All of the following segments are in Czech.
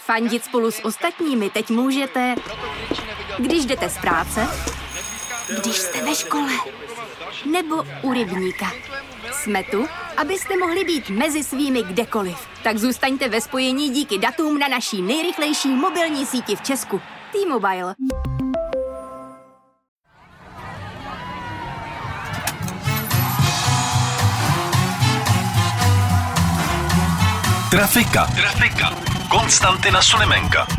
Fandit spolu s ostatními teď můžete, když jdete z práce, když jste ve škole, nebo u rybníka. Jsme tu, abyste mohli být mezi svými kdekoliv. Tak zůstaňte ve spojení díky datům na naší nejrychlejší mobilní síti v Česku. T-Mobile. Trafika. Konstantina Sulimenka.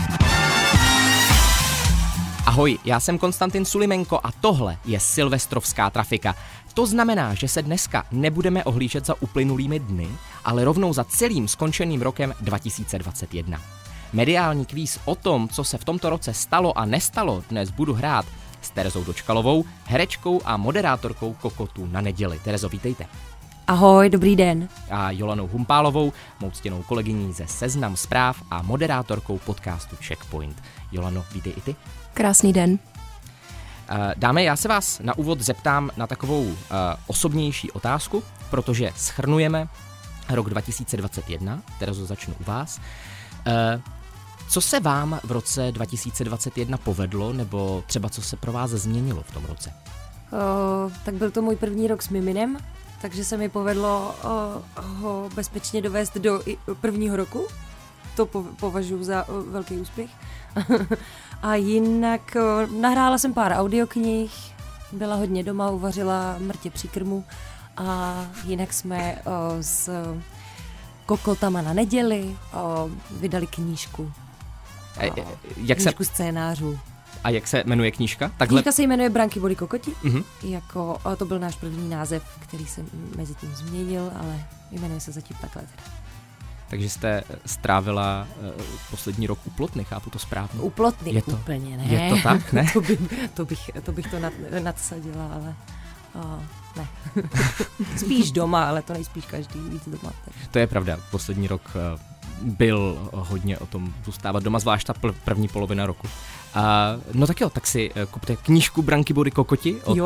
Ahoj, já jsem Konstantin Sulimenko a tohle je silvestrovská trafika. To znamená, že se dneska nebudeme ohlížet za uplynulými dny, ale rovnou za celým skončeným rokem 2021. Mediální kvíz o tom, co se v tomto roce stalo a nestalo, dnes budu hrát s Terezou Dočkalovou, herečkou a moderátorkou Kokotů na neděli. Terezo, vítejte. Ahoj, dobrý den. A Jolanou Humpálovou, mou ctěnou kolegyní ze Seznam Zpráv a moderátorkou podcastu Checkpoint. Jolano, vítej i ty. Krásný den. Dámy, já se vás na úvod zeptám na takovou osobnější otázku, protože shrnujeme rok 2021. Terezo, začnu u vás. Co se vám v roce 2021 povedlo, nebo třeba co se pro vás změnilo v tom roce? Tak byl to můj první rok s Miminem, takže se mi povedlo ho bezpečně dovést do prvního roku. To považuji za velký úspěch. A jinak nahrála jsem pár audioknih, byla hodně doma, uvařila mrtě příkrmu a jinak jsme s Kokotama na neděli vydali knížku. Knížku scénářů. A jak se jmenuje knížka? Knížka se jmenuje Branky body kokoti. Mm-hmm. To byl náš první název, který se mezi tím změnil, ale jmenuje se zatím takhle. Takže jste strávila poslední rok u Plotny, chápu to správně? U Plotny je to, úplně ne. Je to tak, ne? to bych to nadsadila, ale ne. Spíš doma, ale to nejspíš každý víc doma. Takže. To je pravda, poslední rok byl hodně o tom zůstávat doma, zvlášť ta první polovina roku. No tak jo, tak si kupte knížku Branky body kokoti od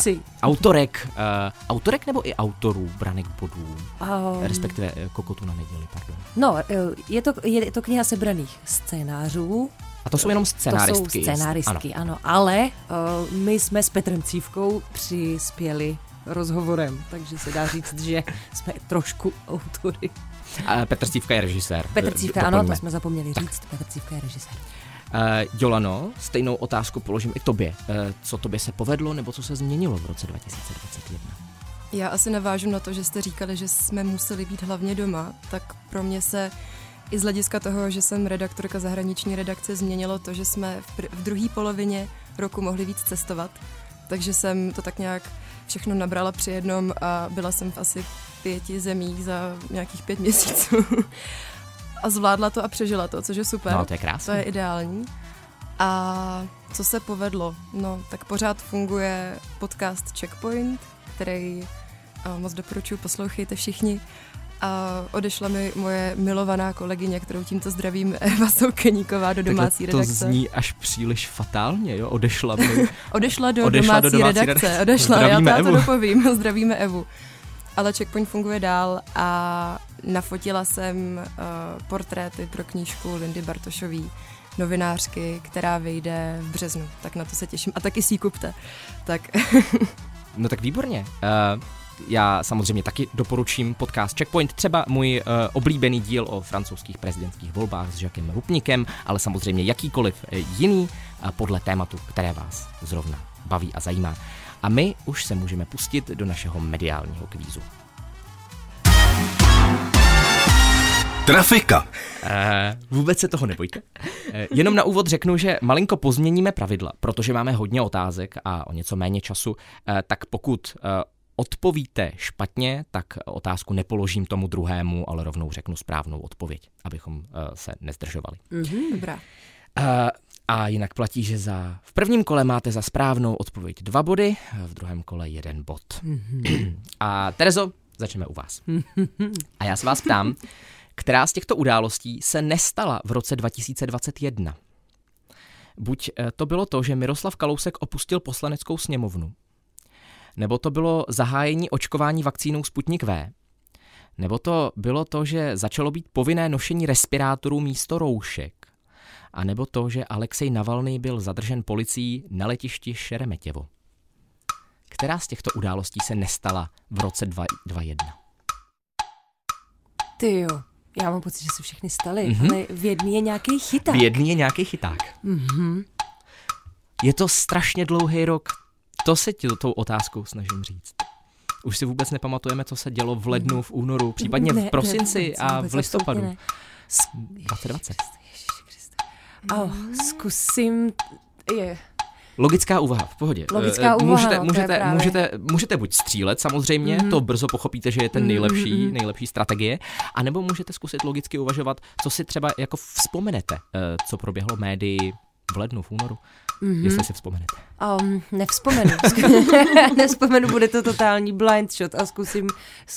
autorek nebo i autorů Branek bodů, respektive Kokotů na neděli, pardon. No, je to kniha sebraných scénářů. A to jsou jenom scénáristky. To jsou scénáristky, ano, ale my jsme s Petrem Cívkou přispěli rozhovorem, takže se dá říct, že jsme trošku autory. Petr Cívka je režisér. Petr Cívka, ano, to jsme zapomněli říct, Petr Cívka je režisér. Jolano, stejnou otázku položím i tobě. Co tobě se povedlo, nebo co se změnilo v roce 2021? Já asi navážu na to, že jste říkali, že jsme museli být hlavně doma, tak pro mě se i z hlediska toho, že jsem redaktorka zahraniční redakce, změnilo to, že jsme v druhé polovině roku mohli víc cestovat, takže jsem to tak nějak všechno nabrala při jednom a byla jsem v asi 5 zemích za nějakých 5 měsíců. A zvládla to a přežila to, což je super. No, to je krásné. To je ideální. A co se povedlo? No, tak pořád funguje podcast Checkpoint, který moc doporučuji, poslouchejte všichni. A odešla mi moje milovaná kolegyně, kterou tímto zdravím, Eva Soukeníková, do domácí redakce. To zní až příliš fatálně, jo? Odešla do domácí redakce. Já to dopovím. Zdravíme Evu. Ale Checkpoint funguje dál a nafotila jsem portréty pro knížku Lindy Bartošový, novinářky, která vyjde v březnu. Tak na to se těším. A taky si ji kupte. Tak. No tak výborně. Já samozřejmě taky doporučím podcast Checkpoint, třeba můj oblíbený díl o francouzských prezidentských volbách s Jacquem Rupnikem, ale samozřejmě jakýkoliv jiný podle tématu, které vás zrovna baví a zajímá. A my už se můžeme pustit do našeho mediálního kvízu. Trafika. Vůbec se toho nebojte. Jenom na úvod řeknu, že malinko pozměníme pravidla, protože máme hodně otázek a o něco méně času, tak pokud odpovíte špatně, tak otázku nepoložím tomu druhému, ale rovnou řeknu správnou odpověď, abychom se nezdržovali. Dobrá. A jinak platí, že v prvním kole máte za správnou odpověď 2 body, v druhém kole 1 bod. A Terezo, začneme u vás. A já se vás ptám, která z těchto událostí se nestala v roce 2021? Buď to bylo to, že Miroslav Kalousek opustil Poslaneckou sněmovnu, nebo to bylo zahájení očkování vakcínou Sputnik V, nebo to bylo to, že začalo být povinné nošení respirátorů místo roušek, A nebo to, že Alexej Navalnyj byl zadržen policií na letišti Šeremetěvo. Která z těchto událostí se nestala v roce 2021? Ty jo, já mám pocit, že se všechny staly, ale v jedný je nějaký chyták. V jedný je nějaký chyták. Je to strašně dlouhý rok. To se ti tou otázkou snažím říct. Už si vůbec nepamatujeme, co se dělo v lednu, v únoru, případně v prosinci a v listopadu. 2020. Zkusím... Logická úvaha, v pohodě. Logická úvaha, můžete buď střílet samozřejmě, to brzo pochopíte, že je ten nejlepší strategie, anebo můžete zkusit logicky uvažovat, co si třeba jako vzpomenete, co proběhlo médii v lednu, v únoru, jestli si vzpomenete. Nevzpomenu. Nevzpomenu, bude to totální blind shot a zkusím,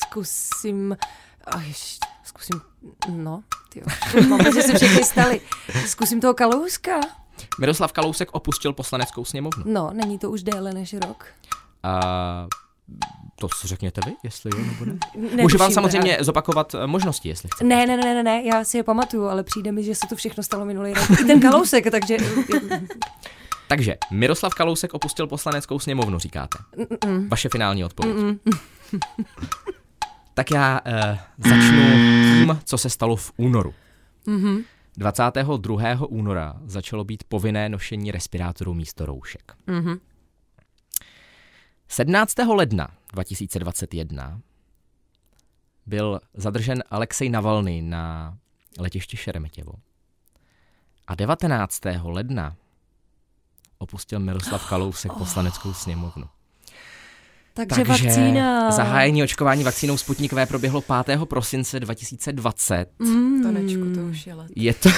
mám pocit, že se všechny staly. Zkusím toho Kalouska. Miroslav Kalousek opustil Poslaneckou sněmovnu. No, není to už déle než rok. To si řekněte vy, jestli jo nebo ne. Můžu vám samozřejmě zopakovat možnosti, jestli chcete. Ne, já si je pamatuju, ale přijde mi, že se to všechno stalo minulý rok. I ten Kalousek, takže... Takže Miroslav Kalousek opustil Poslaneckou sněmovnu, říkáte. Vaše finální odpověď. Tak já začnu tím, co se stalo v únoru. 22. února začalo být povinné nošení respirátorů místo roušek. 17. ledna 2021 byl zadržen Alexej Navalnyj na letišti Šeremetěvo. A 19. ledna opustil Miroslav Kalousek Poslaneckou sněmovnu. Takže vakcína. Zahájení očkování vakcínou Sputnik V proběhlo 5. prosince 2020. Tanečku, to už je let. Je to...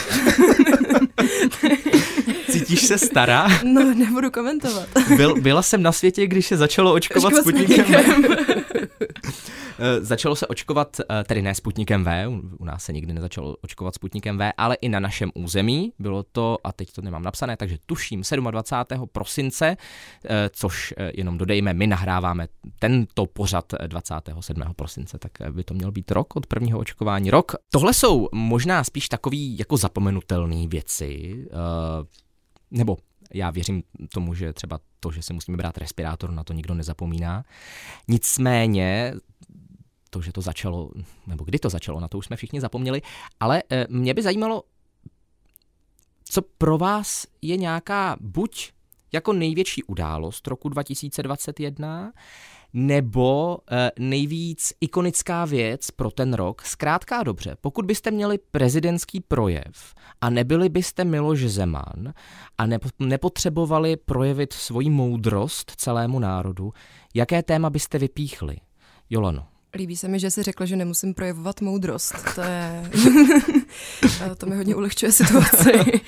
Cítíš se stará? No, nebudu komentovat. Byla jsem na světě, když se začalo očkovat Sputnikem V. Začalo se očkovat, tedy ne Sputnikem V, u nás se nikdy nezačalo očkovat Sputnikem V, ale i na našem území. Bylo to, a teď to nemám napsané, takže tuším 27. prosince, což jenom dodejme, my nahráváme tento pořad 27. prosince, tak by to měl být rok od prvního očkování. Rok. Tohle jsou možná spíš takový jako zapomenutelné věci, nebo já věřím tomu, že třeba to, že si musíme brát respirátor, na to nikdo nezapomíná. Nicméně to, že to začalo, nebo kdy to začalo, na to už jsme všichni zapomněli, ale mě by zajímalo, co pro vás je nějaká buď jako největší událost roku 2021, nebo nejvíc ikonická věc pro ten rok. Zkrátka a dobře, pokud byste měli prezidentský projev a nebyli byste Miloš Zeman a nepotřebovali projevit svoji moudrost celému národu, jaké téma byste vypíchli? Jolano. Líbí se mi, že jsi řekla, že nemusím projevovat moudrost. To je... to mi hodně ulehčuje situaci.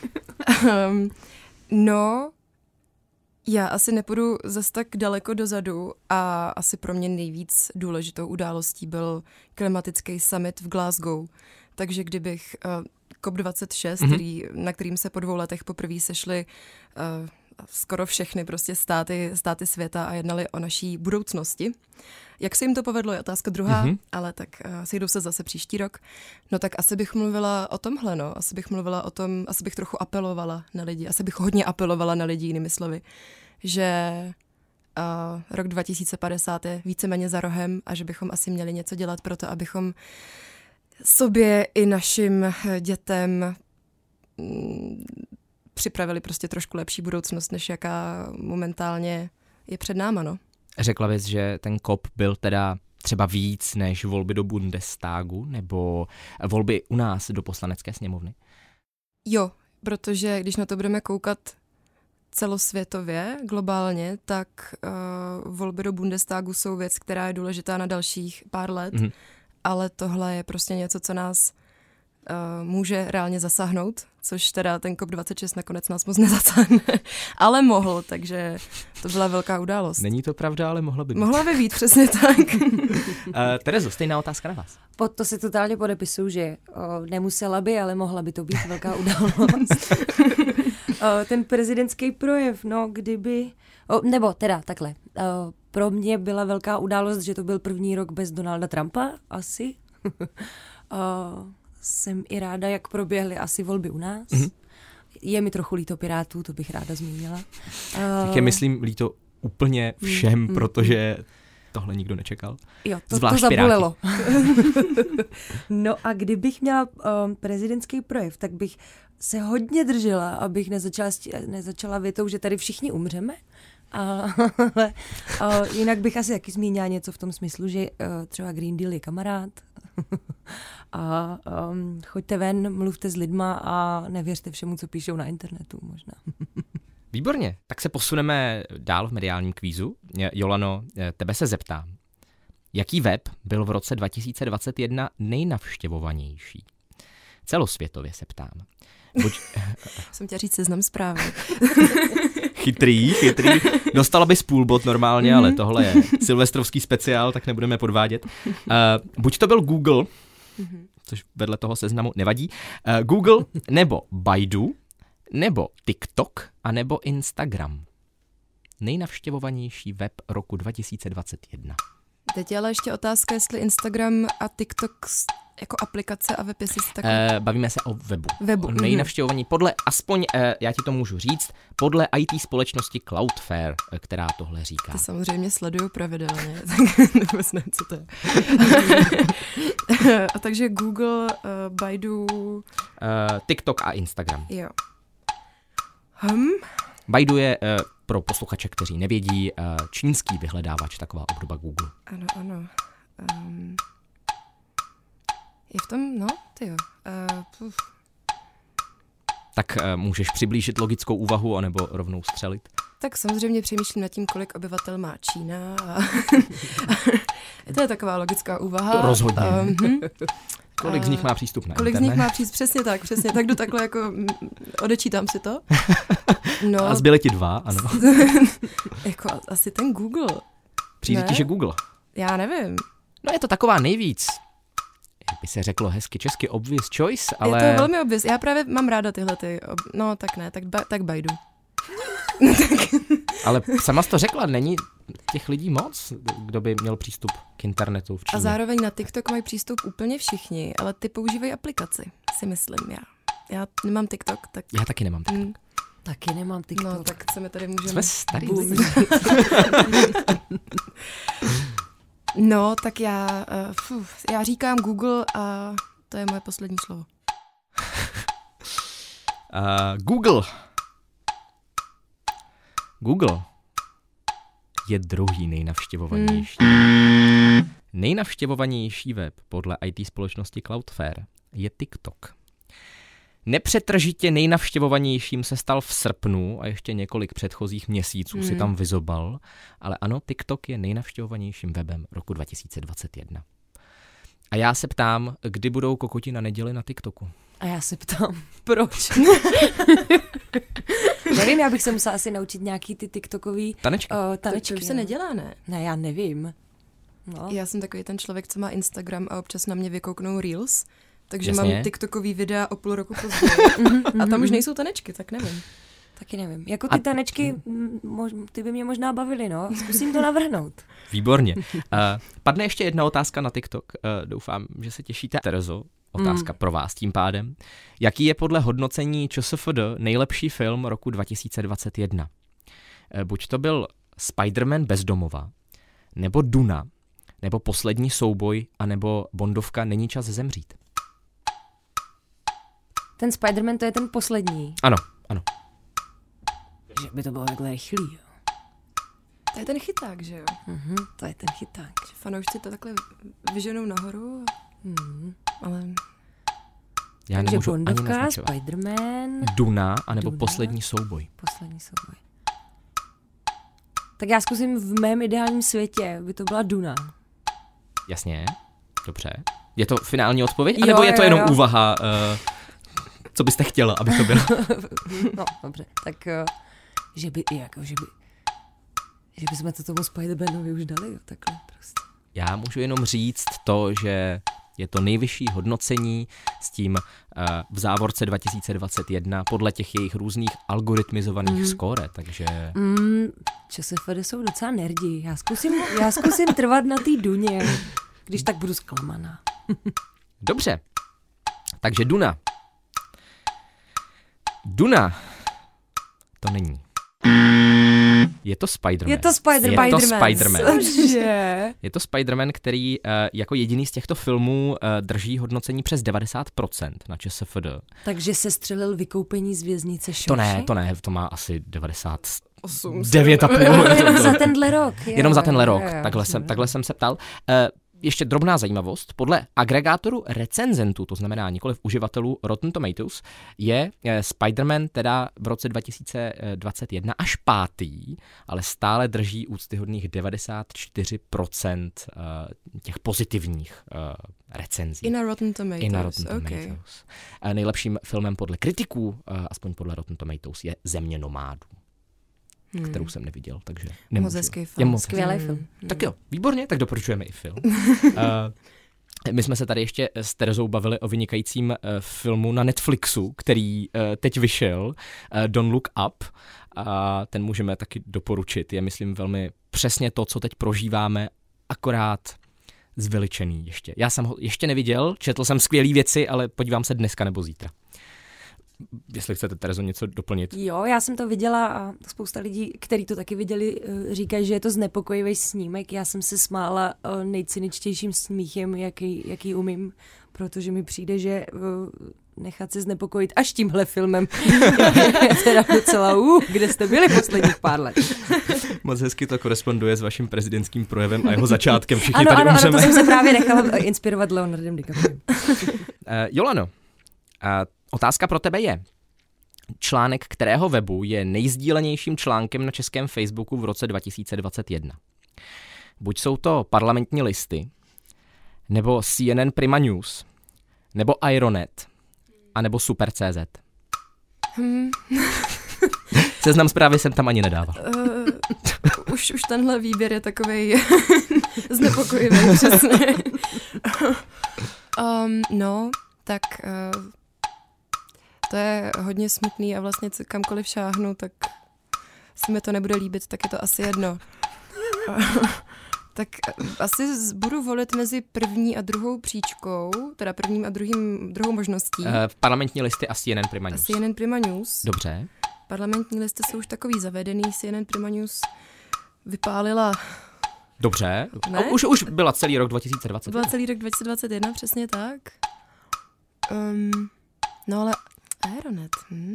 No, já asi nepůjdu zas tak daleko dozadu a asi pro mě nejvíc důležitou událostí byl klimatický summit v Glasgow. Takže kdybych COP26, na kterým se po 2 letech poprvé sešly skoro všechny prostě státy světa a jednali o naší budoucnosti. Jak se jim to povedlo, je otázka druhá, ale tak sejdou se zase příští rok. No tak asi bych mluvila o tomhle, no. Asi bych trochu apelovala na lidi. Asi bych hodně apelovala na lidi, jinými slovy. Že rok 2050 je víceméně za rohem a že bychom asi měli něco dělat pro to, abychom sobě i našim dětem připravili prostě trošku lepší budoucnost, než jaká momentálně je před náma, no. Řekla bys, že ten COP byl teda třeba víc než volby do Bundestagu nebo volby u nás do Poslanecké sněmovny? Jo, protože když na to budeme koukat celosvětově, globálně, tak volby do Bundestagu jsou věc, která je důležitá na dalších pár let, ale tohle je prostě něco, co nás může reálně zasáhnout, což teda ten COP26 nakonec nás moc nezasáhne, ale mohl, takže to byla velká událost. Není to pravda, ale mohla by být. Mohla by být, přesně tak. Terezo, stejná otázka na vás. Pod to si totálně podepisuju, že nemusela by, ale mohla by to být velká událost. Ten prezidentský projev, no kdyby, nebo teda takhle, pro mě byla velká událost, že to byl první rok bez Donalda Trumpa, asi. Jsem i ráda, jak proběhly asi volby u nás. Je mi trochu líto Pirátů, to bych ráda zmínila. Tak je, myslím, líto úplně všem, protože tohle nikdo nečekal. Jo, Zvlášť to zabolelo. Piráti. No a kdybych měla prezidentský projev, tak bych se hodně držela, abych nezačala větou, že tady všichni umřeme. Ale jinak bych asi taky zmínila něco v tom smyslu, že třeba Green Deal je kamarád a choďte ven, mluvte s lidma a nevěřte všemu, co píšou na internetu možná. Výborně, tak se posuneme dál v mediálním kvízu. Jolano, tebe se zeptám. Jaký web byl v roce 2021 nejnavštěvovanější? Celosvětově se ptám. Jsem chtěla říct Seznam Zprávy. Chytrý. Dostala bys půl bod normálně, ale tohle je silvestrovský speciál, tak nebudeme podvádět. Buď to byl Google, což vedle toho seznamu nevadí, Google nebo Baidu, nebo TikTok, a nebo Instagram. Nejnavštěvovanější web roku 2021. Teď je ale ještě otázka, jestli Instagram a TikTok jako aplikace a web, jestli si tak... Bavíme se o webu. Nejnavštěvovaní podle, aspoň já ti to můžu říct, podle IT společnosti Cloudflare, která tohle říká. Ty samozřejmě sleduju pravidelně, tak vůbec nevím, co to je. A takže Google, Baidu... TikTok a Instagram. Jo. Baidu je pro posluchače, kteří nevědí, čínský vyhledávač, taková obdoba Google. Ano. Je v tom, no, tyjo. Tak můžeš přiblížit logickou úvahu, anebo rovnou střelit? Tak samozřejmě přemýšlím nad tím, kolik obyvatel má Čína. To je taková logická úvaha. To rozhodně. Kolik z nich má přístup na kolik internet? Z nich má přístup, přesně tak. Tak jdu takhle jako, odečítám si to. No, a zbyly ti 2, ano. Jako asi ten Google. Přijde ti, že Google? Já nevím. No je to taková nejvíc, jak by se řeklo hezky česky, obvious choice, ale... Je to velmi obvious. Já právě mám ráda tyhle no tak ne, tak Baidu. Ale sama jsi to řekla, není těch lidí moc, kdo by měl přístup k internetu v Číně. A zároveň na TikTok mají přístup úplně všichni, ale ty používají aplikaci, si myslím já. Já nemám TikTok, tak... Já taky nemám TikTok. Taky nemám TikTok. No, tak se mi tady můžeme... Jsme starý. No, tak já říkám Google a to je moje poslední slovo. Google je druhý nejnavštěvovanější. Nejnavštěvovanější web podle IT společnosti Cloudflare je TikTok. Nepřetržitě nejnavštěvovanějším se stal v srpnu a ještě několik předchozích měsíců si tam vyzobal, ale ano, TikTok je nejnavštěvovanějším webem roku 2021. A já se ptám, kdy budou kokoti na neděli na TikToku? A já se ptám, proč? Nevím, já bych se musela asi naučit nějaký ty TikTokový tanečky. To už se nedělá, ne? Ne, já nevím. No. Já jsem takový ten člověk, co má Instagram a občas na mě vykouknou Reels, takže Jasně. mám TikTokový videa o půl roku později. A tam už nejsou tanečky, tak nevím. Taky nevím. Jako ty tanečky, ty by mě možná bavily, no. Zkusím to navrhnout. Výborně. Padne ještě jedna otázka na TikTok. Doufám, že se těšíte. Terezo, otázka pro vás tím pádem. Jaký je podle hodnocení ČSFD nejlepší film roku 2021? Buď to byl Spider-Man bez domova, nebo Duna, nebo Poslední souboj, anebo Bondovka Není čas zemřít. Ten Spider-Man, to je ten poslední. Ano. Že by to bylo takhle rychlý, jo. To je ten chyták, že jo? To je ten chyták. Že fanoušci to takhle vyženou nahoru, ale... Já takže nemůžu ani Bondovka, naznačovat. Spider-Man, Duna, anebo Duna. Poslední souboj. Poslední souboj. Tak já zkusím v mém ideálním světě, by to byla Duna. Jasně, dobře. Je to finální odpověď? A nebo je to jenom úvaha, co byste chtěla, aby to bylo? No, dobře. Tak, že by jsme to tomu Spider-Manovi už dali, jo, takhle prostě. Já můžu jenom říct to, že je to nejvyšší hodnocení s tím v závorce 2021 podle těch jejich různých algoritmizovaných skóre, takže... ČSFD jsou docela nerdi. Já zkusím trvat na té Duně, když tak budu zklamaná. Dobře, takže Duna. Duna. To není. Je to Spider-Man. Je to Spider-Man. Je to Spider-Man, který jako jediný z těchto filmů drží hodnocení přes 90% na ČSFD. Takže se střelil Vykoupení z věznice Šoši? To ne, to má asi 98. Jenom za tenhle rok. Jenom za tenhle rok, takhle jsem se ptal. Ještě drobná zajímavost, podle agregátoru recenzentů, to znamená nikoliv uživatelů Rotten Tomatoes, je Spider-Man teda v roce 2021 až 5., ale stále drží úctyhodných 94% těch pozitivních recenzí. I na Rotten Tomatoes. Okay. Nejlepším filmem podle kritiků, aspoň podle Rotten Tomatoes, je Země nomádů. Kterou jsem neviděl, takže nemůžu. Moc hezký film. Skvělý film. Tak jo, výborně, tak doporučujeme i film. My jsme se tady ještě s Terezou bavili o vynikajícím filmu na Netflixu, který teď vyšel, Don't Look Up, a ten můžeme taky doporučit. Je, myslím, velmi přesně to, co teď prožíváme, akorát zveličený ještě. Já jsem ho ještě neviděl, četl jsem skvělý věci, ale podívám se dneska nebo zítra. Jestli chcete, Terezo, něco doplnit. Jo, já jsem to viděla a spousta lidí, kteří to taky viděli, říkají, že je to znepokojivý snímek. Já jsem se smála nejcyničtějším smíchem, jaký umím, protože mi přijde, že nechat se znepokojit až tímhle filmem je teda docela kde jste byli posledních pár let. Moc hezky to koresponduje s vaším prezidentským projevem a jeho začátkem. Všichni tady umřeme. Ano, to jsem se právě nechala inspirovat Leonardem DiCapriem. Jolano, otázka pro tebe je, článek kterého webu je nejsdílenějším článkem na českém Facebooku v roce 2021? Buď jsou to Parlamentní listy, nebo CNN Prima News, nebo Ironet, anebo Super.cz. Seznam zprávy jsem tam ani nedával. Už tenhle výběr je takovej znepokojivý, přesně. Tak to je hodně smutný a vlastně kamkoliv šáhnu, tak se mi to nebude líbit, tak je to asi jedno. Tak asi budu volit mezi první a druhou příčkou, teda prvním a druhou možností. Parlamentní listy a CNN Prima News. CNN Prima News. Dobře. Parlamentní listy jsou už takový zavedený, CNN Prima News vypálila. Dobře. Už byla celý rok 2021. Byla celý rok 2021, přesně tak. No ale Aeronet.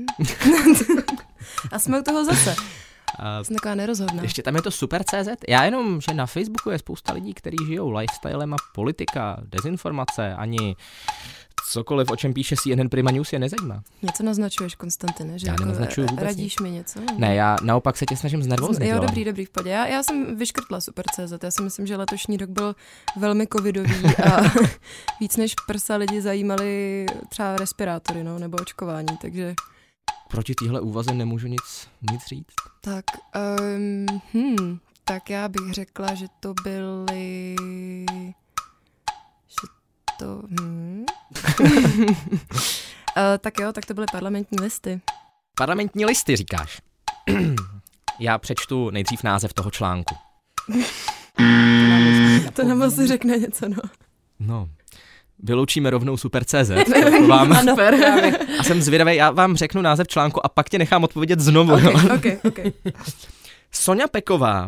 A jsme u toho zase. Jsem taková nerozhodná. Ještě tam je to Super.cz. Já jenom, že na Facebooku je spousta lidí, kteří žijou lifestylem a politika, dezinformace, ani cokoliv, o čem píše CNN Prima News, je nezajímá. Něco naznačuješ, Konstantine, že já jako nenaznačuju vůbec radíš mi něco? Ne, já naopak se tě snažím znervoznit. Jo, dobrý, v pohodě. Já jsem vyškrtla Super.cz. Já si myslím, že letošní rok byl velmi covidový a víc než prsa lidi zajímali třeba respirátory, nebo očkování, takže... Proti téhle úvaze nemůžu nic říct. Tak, tak já bych řekla, že to byly... Tak jo, tak to byly parlamentní listy. Parlamentní listy, říkáš? Já přečtu nejdřív název toho článku. To nám asi řekne něco, No, vyloučíme rovnou Super.cz. Ano, a jsem zvědavý, já vám řeknu název článku a pak tě nechám odpovědět znovu. Okay. Sonja Peková.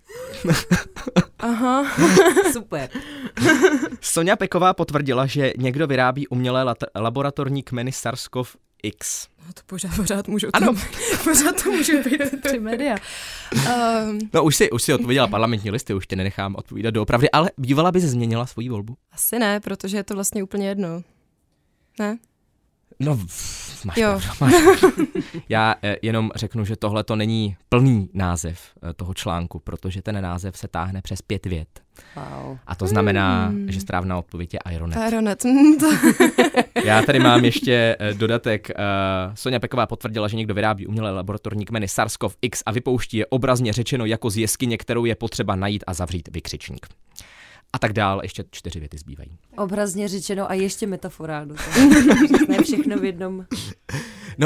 Aha, super. Sonja Peková potvrdila, že někdo vyrábí umělé laboratorní kmeny SARS-CoV-X. No to pořád můžou pořád to můžou být tři média. No už si odpověděla parlamentní listy, už tě nenechám odpovídat doopravdy, ale bývala bys změnila svoji volbu? Asi ne, protože je to vlastně úplně jedno. Ne? No, máš pravdu. Já jenom řeknu, že tohle to není plný název toho článku, protože ten název se táhne přes 5 vět. Wow. A to znamená, že správná odpověď je Ironet. Ironet. Já tady mám ještě dodatek. Sonja Peková potvrdila, že někdo vyrábí umělé laboratorní kmeny SARS-CoV-X a vypouští je obrazně řečeno jako z jeskyně, kterou je potřeba najít a zavřít vykřičník. A tak dál, ještě 4 věty zbývají. Obrazně řečeno a ještě metaforálno. Ne všechno v jednom. No,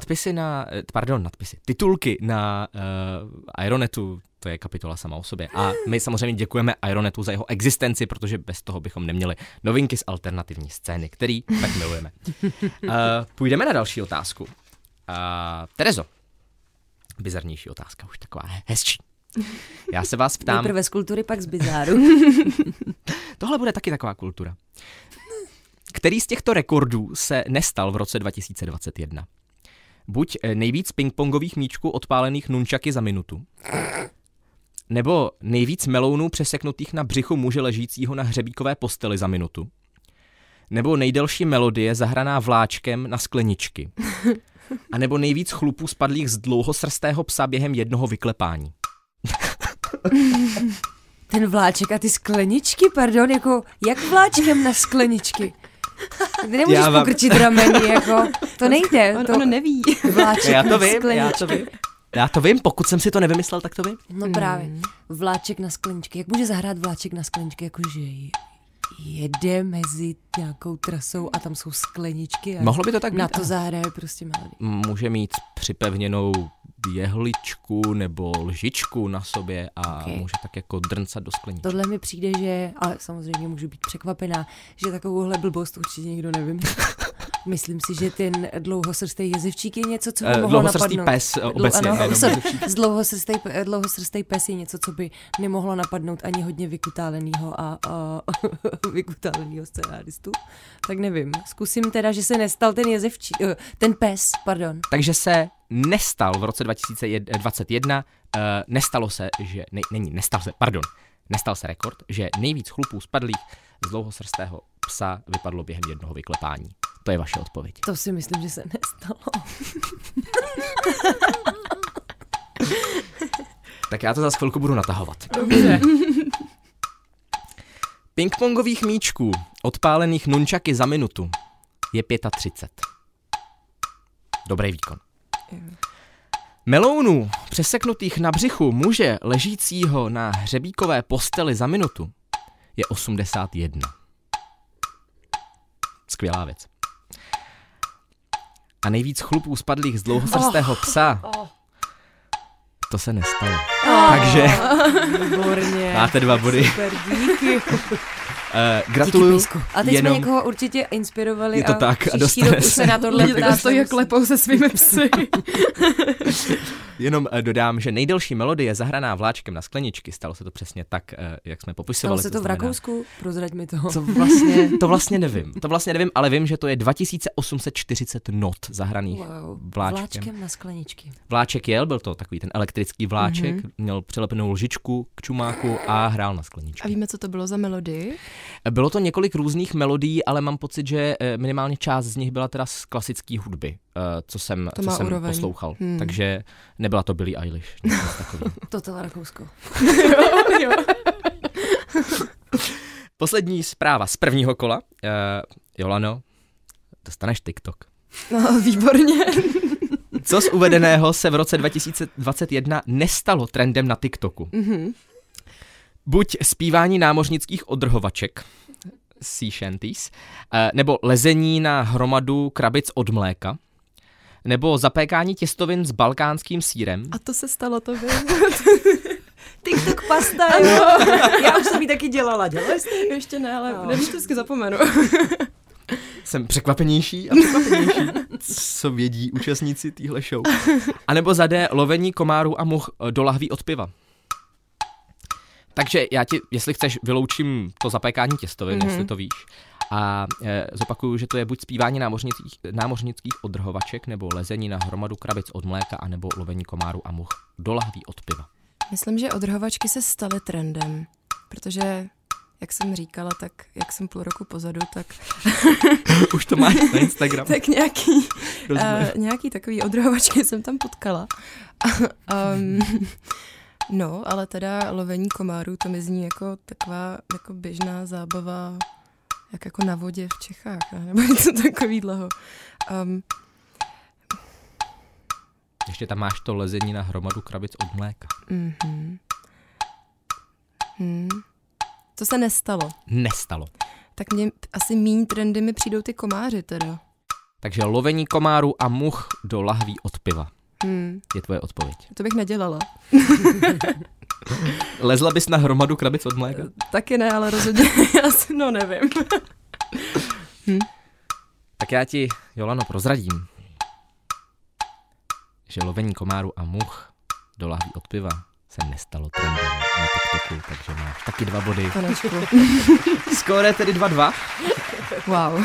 titulky na Ironetu, to je kapitola sama o sobě. A my samozřejmě děkujeme Ironetu za jeho existenci, protože bez toho bychom neměli novinky z alternativní scény, který tak milujeme. Půjdeme na další otázku. Terezo, bizarnější otázka, už taková hezčí. Já se vás ptám... Nejprve z kultury, pak z bizáru. Tohle bude taky taková kultura. Který z těchto rekordů se nestal v roce 2021? Buď nejvíc pingpongových míčků odpálených nunčaky za minutu, nebo nejvíc melounů přeseknutých na břichu muže ležícího na hřebíkové posteli za minutu, nebo nejdelší melodie zahraná vláčkem na skleničky, a nebo nejvíc chlupů spadlých z dlouhosrstého psa během jednoho vyklepání. Ten vláček a ty skleničky, pardon, jako jak vláčkem na skleničky? Ty nemůžeš pokrčit rameny, jako, to nejde. On neví. Vláček Já na to skleničky. vím. Já to vím, pokud jsem si to nevymyslel, tak to vím. No právě, vláček na skleničky. Jak může zahrát vláček na skleničky, jakože jede mezi nějakou trasou a tam jsou skleničky a Mohlo by to tak být. na to zahraje prostě melodii. Může mít připevněnou jehličku nebo lžičku na sobě a může tak jako drncat do skleničky. Tohle mi přijde, že, ale samozřejmě můžu být překvapená, že takovouhle blbost určitě nikdo nevymyslel. Myslím si, že ten dlouhosrstej jezevčík je něco, co by mohlo dlouhosrstý napadnout. pes obecně. Dlouhosrstej pes je něco, co by nemohlo napadnout ani hodně vykutálenýho a vykutálenýho scénáristu. Tak nevím. Zkusím teda, že se nestal ten pes, pardon. Takže se nestal v roce 2021, nestal se rekord, že nejvíc chlupů spadlých z dlouhosrstého psa vypadlo během jednoho vyklepání. To je vaše odpověď. To si myslím, že se nestalo. Tak já to za chvilku budu natahovat. Dobře. Pingpongových míčků odpálených nunčaky za minutu je 35. Dobrý výkon. Melounů přeseknutých na břichu muže ležícího na hřebíkové posteli za minutu je 81. Skvělá věc. A nejvíc chlupů spadlých z dlouhosrstého psa, to se nestalo. Takže Výborně. máte 2 body. Super, díky. Gratuluju. A teď jsme někoho určitě inspirovali. Je to tak. A příští rok už se na tohle to jak lepou se svými psy. Jenom dodám, že nejdelší melodie zahraná vláčkem na skleničky, stalo se to přesně tak, jak jsme popisovali. Stalo se to v Rakousku? Prozrať mi to. To vlastně nevím, ale vím, že to je 2840 not zahraných vláčkem na skleničky. Vláček byl to takový ten elektrický vláček, měl přilepenou lžičku k čumáku a hrál na skleničky. A víme, co to bylo za melodii? Bylo to několik různých melodií, ale mám pocit, že minimálně část z nich byla teda z klasické hudby, co jsem poslouchal. Takže nebyla to Billie Eilish. Total Rakousko. jo. Poslední zpráva z prvního kola. Jolano, dostaneš TikTok. No, výborně. Co z uvedeného se v roce 2021 nestalo trendem na TikToku? Buď zpívání námořnických odrhovaček, sea shanties, nebo lezení na hromadu krabic od mléka, nebo zapékání těstovin s balkánským sýrem. A to se stalo, to vím. TikTok pasta, jo. Já už jsem ji taky dělala. Dělali jste? Ještě ne, ale vždycky zapomenu. Jsem překvapenější, co vědí účastníci téhle show. A nebo za D lovení komárů a much do lahví od piva. Takže já ti, jestli chceš, vyloučím to zapékání těstovin, jestli to víš. A zopakuju, že to je buď zpívání námořnických odrhovaček, nebo lezení na hromadu krabic od mléka, anebo lovení komárů a much do lahví od piva. Myslím, že odrhovačky se staly trendem, protože, jak jsem říkala, tak jak jsem půl roku pozadu, tak... Už to máš na Instagram. Tak nějaký takový odrhovačky jsem tam potkala. No, ale teda lovení komárů, to mi zní jako taková jako běžná zábava, jak jako na vodě v Čechách, nebo něco takovýhleho. Ještě tam máš to lezení na hromadu krabic od mléka. To se nestalo. Nestalo. Tak mě asi míň trendy mi přijdou ty komáři teda. Takže lovení komárů a much do lahví od piva. Je tvoje odpověď. To bych nedělala. Lezla bys na hromadu krabic od mléka? Taky ne, ale rozhodně asi, nevím. Tak já ti, Jolano, prozradím, že lovení komáru a much do lahví od piva se nestalo trendem na TikToku, takže máš taky 2 body. Skóre tedy 2-2. Wow.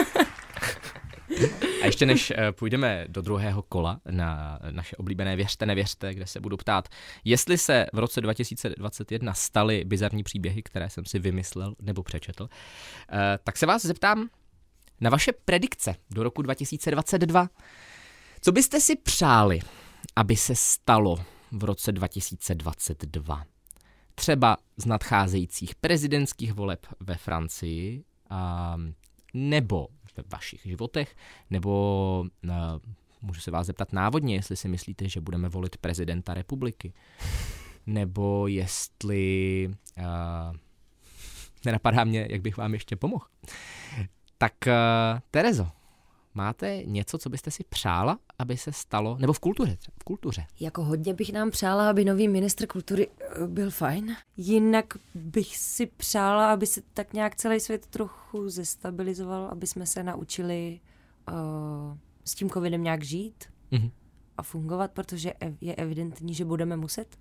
A ještě než půjdeme do druhého kola na naše oblíbené Věřte, nevěřte, kde se budu ptát, jestli se v roce 2021 staly bizarní příběhy, které jsem si vymyslel nebo přečetl, tak se vás zeptám na vaše predikce do roku 2022. Co byste si přáli, aby se stalo v roce 2022? Třeba z nadcházejících prezidentských voleb ve Francii, nebo ve vašich životech, nebo můžu se vás zeptat návodně, jestli si myslíte, že budeme volit prezidenta republiky, nebo jestli nenapadá mě, jak bych vám ještě pomohl. Tak Terezo, máte něco, co byste si přála, aby se stalo, nebo v kultuře? Jako hodně bych nám přála, aby nový ministr kultury byl fajn. Jinak bych si přála, aby se tak nějak celý svět trochu zestabilizoval, aby jsme se naučili s tím covidem nějak žít a fungovat, protože je evidentní, že budeme muset.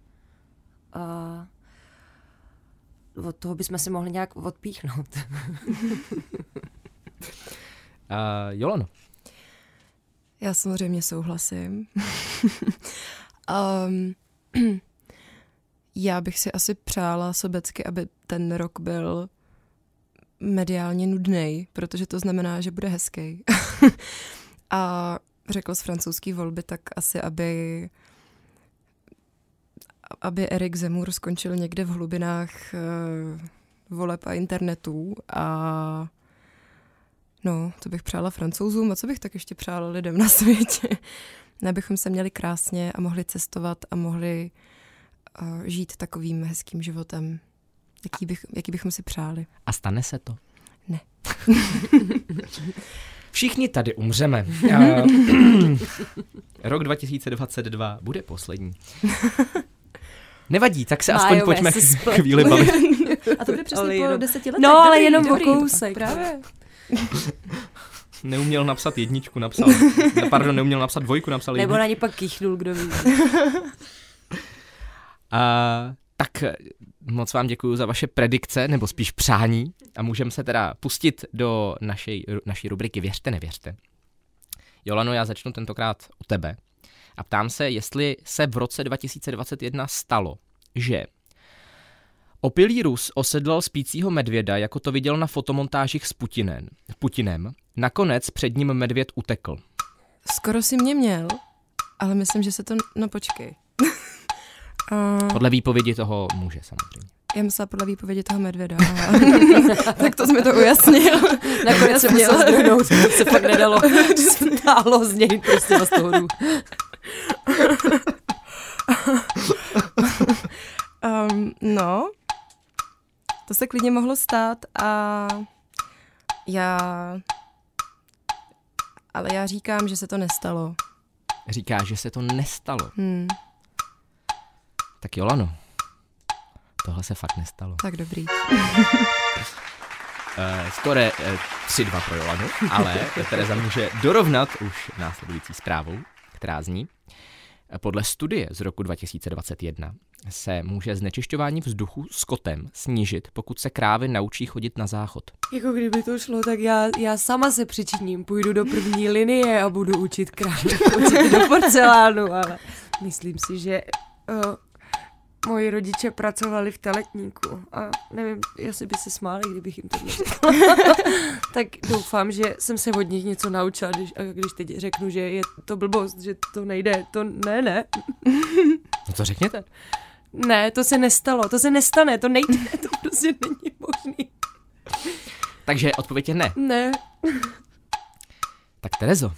Od toho bychom si mohli nějak odpíchnout. Jolano. Já samozřejmě souhlasím. Já bych si asi přála sobecky, aby ten rok byl mediálně nudnej, protože to znamená, že bude hezký. A řekl z francouzský volby, tak asi aby Erik Zemmour skončil někde v hlubinách voleb a internetů a no, to bych přála Francouzům a co bych tak ještě přála lidem na světě. Abychom se měli krásně a mohli cestovat a mohli žít takovým hezkým životem, jaký bychom si přáli. A stane se to? Ne. Všichni tady umřeme. Rok 2022 bude poslední. Nevadí, tak se aspoň pojďme chvíli bavit. A to bude přesně po 10 letech. No, ale jenom o kousek. Právě. Neuměl napsat 1, neuměl napsat 2, napsal 1. Nebo na ně pak kýchnul, kdo ví. Tak moc vám děkuji za vaše predikce, nebo spíš přání a můžeme se teda pustit do naší rubriky Věřte, nevěřte. Jolano, já začnu tentokrát u tebe a ptám se, jestli se v roce 2021 stalo, že opilý Rus osedlal spícího medvěda, jako to viděl na fotomontážích s Putinem. Nakonec před ním medvěd utekl. Skoro si mě měl, ale myslím, že se to... No počkej. Podle výpovědi toho muže samozřejmě. Já myslela podle výpovědi toho medvěda. Tak to jsme to ujasnil. Nakonec se musel zdrhnout, to se fakt nedalo. Stálo z něj prostě z toho jdu. No, to se klidně mohlo stát ale já říkám, že se to nestalo. Říkáš, že se to nestalo? Tak Jolano, tohle se fakt nestalo. Tak dobrý. Skore 3-2 pro Jolanu, ale Tereza může dorovnat už následující zprávou, která zní: podle studie z roku 2021 se může znečišťování vzduchu skotem snížit, pokud se krávy naučí chodit na záchod. Jako kdyby to šlo, tak já sama se přičiním, půjdu do první linie a budu učit krávy chodit do porcelánu, ale myslím si, že moji rodiče pracovali v teletníku a nevím, jestli by se smáli, kdybych jim to neřekla. Tak doufám, že jsem se od nich něco naučila, když teď řeknu, že je to blbost, že to nejde, to ne. No to řekněte. Ne, to se nestalo, to se nestane, to nejde, to prostě není možný. Takže odpověď je ne. Ne. Tak Terezo.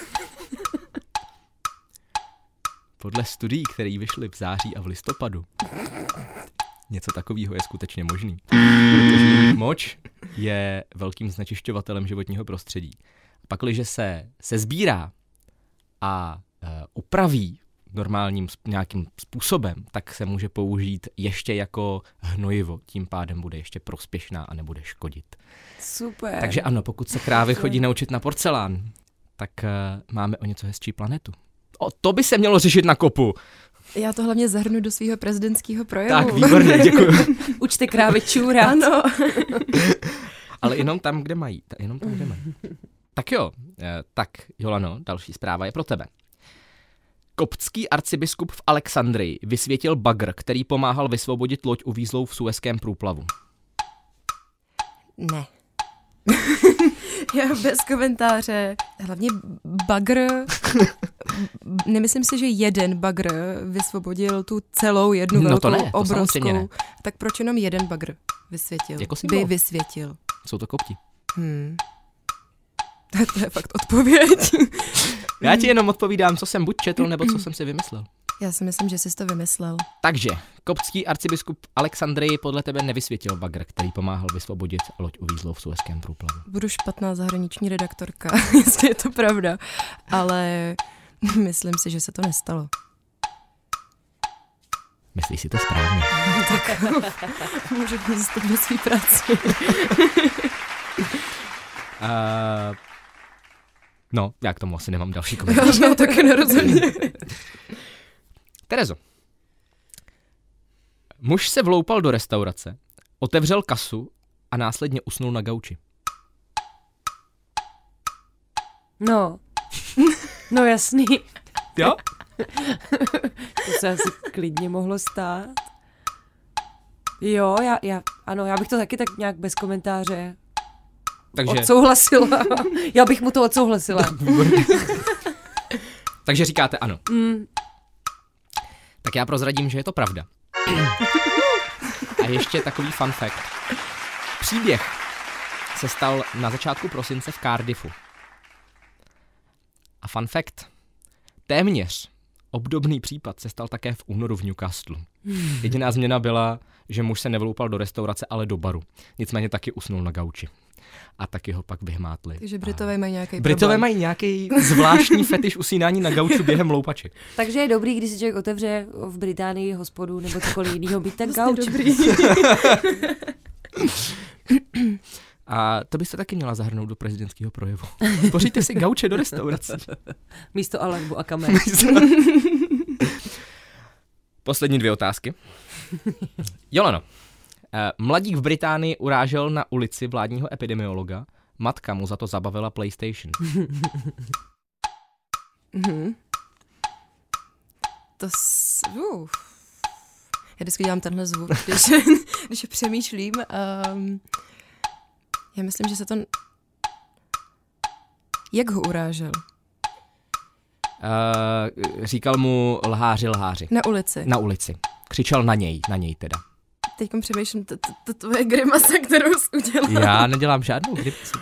Podle studií, které vyšly v září a v listopadu, něco takového je skutečně možný. Protože moč je velkým znečišťovatelem životního prostředí. Pakliže se sbírá a upraví normálním nějakým způsobem, tak se může použít ještě jako hnojivo. Tím pádem bude ještě prospěšná a nebude škodit. Super. Takže ano, pokud se krávy chodí naučit na porcelán, tak máme o něco hezčí planetu. To by se mělo řešit na kopu. Já to hlavně zahrnu do svého prezidentského projevu. Tak, výborně, děkuji. Učte krávy čůrat. Ano. Ale jenom tam, kde mají. Tak jo, tak Jolano, další zpráva je pro tebe. Koptský arcibiskup v Alexandrii vysvětil bagr, který pomáhal vysvobodit loď uvízlou v Suezském průplavu. Ne. Já bez komentáře. Hlavně bagr. Nemyslím si, že jeden bagr vysvobodil tu celou jednu velkou, obrovskou. Ne. Tak proč jenom jeden bagr vysvětil? Jako symbol. By vysvětil. Jsou to kopti. To je fakt odpověď. Já ti jenom odpovídám, co jsem buď četl, nebo co jsem si vymyslel. Já si myslím, že jsi to vymyslel. Takže, koptský arcibiskup Alexandrii podle tebe nevysvětil bagr, který pomáhal vysvobodit loď uvízlou v Suezském průplavu. Budu špatná zahraniční redaktorka, jestli je to pravda, ale myslím si, že se to nestalo. Myslíš si to správně? Tak můžu zjistit ve svý práci. No, já k tomu asi nemám další komentář. No, taky nerozhodně. Terezo. Muž se vloupal do restaurace, otevřel kasu a následně usnul na gauči. No jasný. Jo? To se asi klidně mohlo stát. Jo, já bych to taky tak nějak bez komentáře odsouhlasila. Já bych mu to odsouhlasila. Takže říkáte ano. Tak já prozradím, že je to pravda. A ještě takový fun fact. Příběh se stal na začátku prosince v Cardiffu. A fun fact. Téměř obdobný případ se stal také v únoru v Newcastlu. Jediná změna byla, že muž se nevloupal do restaurace, ale do baru. Nicméně taky usnul na gauči. A taky ho pak vyhmátli. Takže Britové mají nějaký Britové mají nějaký zvláštní fetiš usínání na gauču během loupaček. Takže je dobrý, když si člověk otevře v Británii hospodu nebo cokoliv jiného, být tak gauč. Dobrý. A to byste taky měla zahrnout do prezidentského projevu. Pořiďte si gauče do restaurací. Místo alarmu a kamer. Poslední 2 otázky. Jolano. Mladík v Británii urážel na ulici vládního epidemiologa. Matka mu za to zabavila PlayStation. Já vždycky dělám tenhle zvuk, když přemýšlím. Já myslím, že se to... Jak ho urážel? Říkal mu lháři. Na ulici. Křičel na něj teda. Teďkom přemýšlím, to je grimasa, kterou jsi udělal. Já nedělám žádnou grimasu.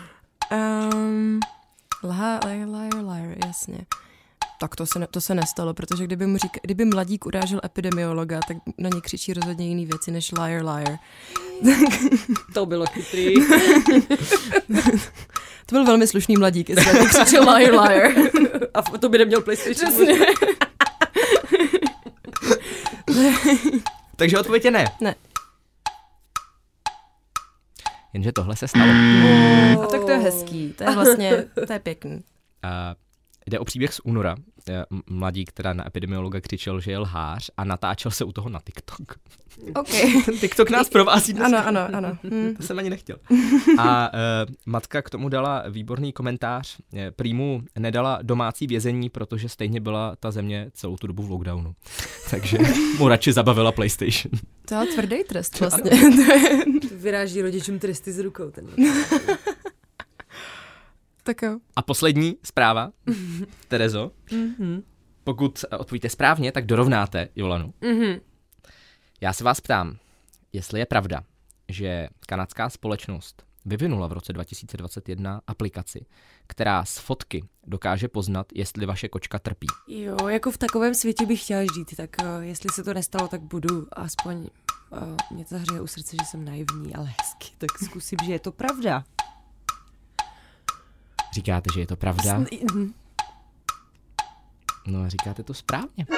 Liar, jasně. Tak to se nestalo, protože kdyby mladík urážel epidemiologa, tak na ně křičí rozhodně jiný věci než liar. To bylo chytrý. To byl velmi slušný mladík, jestli křičel liar. A to by neměl PlayStation. Takže odpověď je ne. Ne. Jenže tohle se stalo. A tak to je hezký, to je pěkný. Jde o příběh z února. Mladík teda na epidemiologa křičel, že je lhář a natáčel se u toho na TikTok. Okay. TikTok nás provází dnes. Ano. To jsem ani nechtěl. A matka k tomu dala výborný komentář. Prý mu nedala domácí vězení, protože stejně byla ta země celou tu dobu v lockdownu. Takže mu radši zabavila PlayStation. To je tvrdý trest vlastně. Vyráží rodičům tresty z rukou. Tak jo. A poslední zpráva, Terezo. Pokud odpovíte správně, tak dorovnáte Jolanu. Já se vás ptám, jestli je pravda, že kanadská společnost vyvinula v roce 2021 aplikaci, která z fotky dokáže poznat, jestli vaše kočka trpí. Jo, jako v takovém světě bych chtěla žít, tak jestli se to nestalo, tak budu aspoň mě to zahřeje u srdce, že jsem naivní, ale hezky, tak zkusím, že je to pravda. Říkáte, že je to pravda? No a říkáte to správně.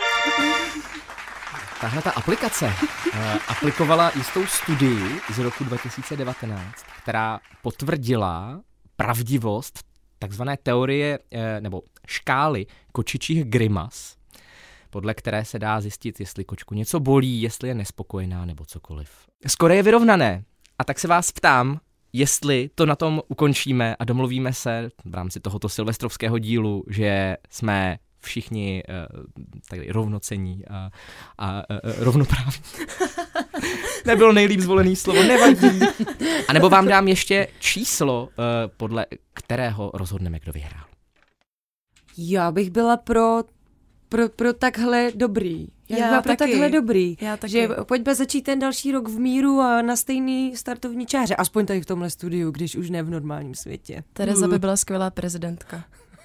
Tahle ta aplikace aplikovala jistou studii z roku 2019, která potvrdila pravdivost takzvané teorie nebo škály kočičích grimas, podle které se dá zjistit, jestli kočku něco bolí, jestli je nespokojená nebo cokoliv. Skoro je vyrovnané. A tak se vás ptám, jestli to na tom ukončíme a domluvíme se v rámci tohoto silvestrovského dílu, že jsme všichni rovnocení a rovnoprávní. Nebylo nejlíp zvolený slovo, nevadí. A nebo vám dám ještě číslo, podle kterého rozhodneme, kdo vyhrál. Já bych byla pro takhle dobrý. Já pro takhle dobrý. Já taky. Že pojďme začít ten další rok v míru a na stejný startovní čáře. Aspoň tady v tomhle studiu, když už ne v normálním světě. Tereza by byla skvělá prezidentka.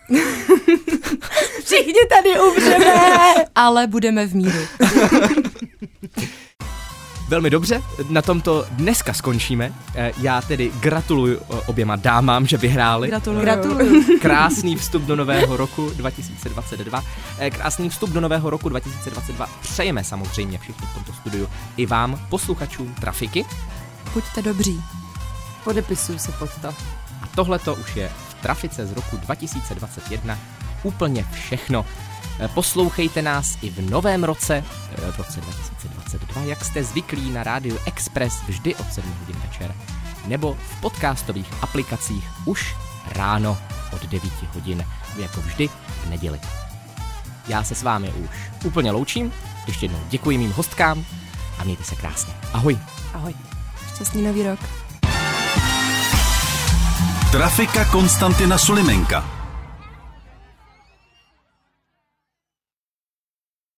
Všichni tady umřeme! Ale budeme v míru. Velmi dobře, na tomto dneska skončíme. Já tedy gratuluju oběma dámám, že vyhráli. Gratuluju. Krásný vstup do nového roku 2022. Krásný vstup do nového roku 2022 přejeme samozřejmě všichni v tomto studiu i vám, posluchačům Trafiky. Buďte dobří. Podepisuju se pod to. A tohleto už je v Trafice z roku 2021 úplně všechno. Poslouchejte nás i v novém roce, v roce 2022, jak jste zvyklí na Rádiu Express vždy od 7 hodin večer, nebo v podcastových aplikacích už ráno od 9 hodin, jako vždy v neděli. Já se s vámi už úplně loučím, ještě jednou děkuji mým hostkám a mějte se krásně. Ahoj. Ahoj. Šťastný nový rok. Trafika Konstantina Sulimenka.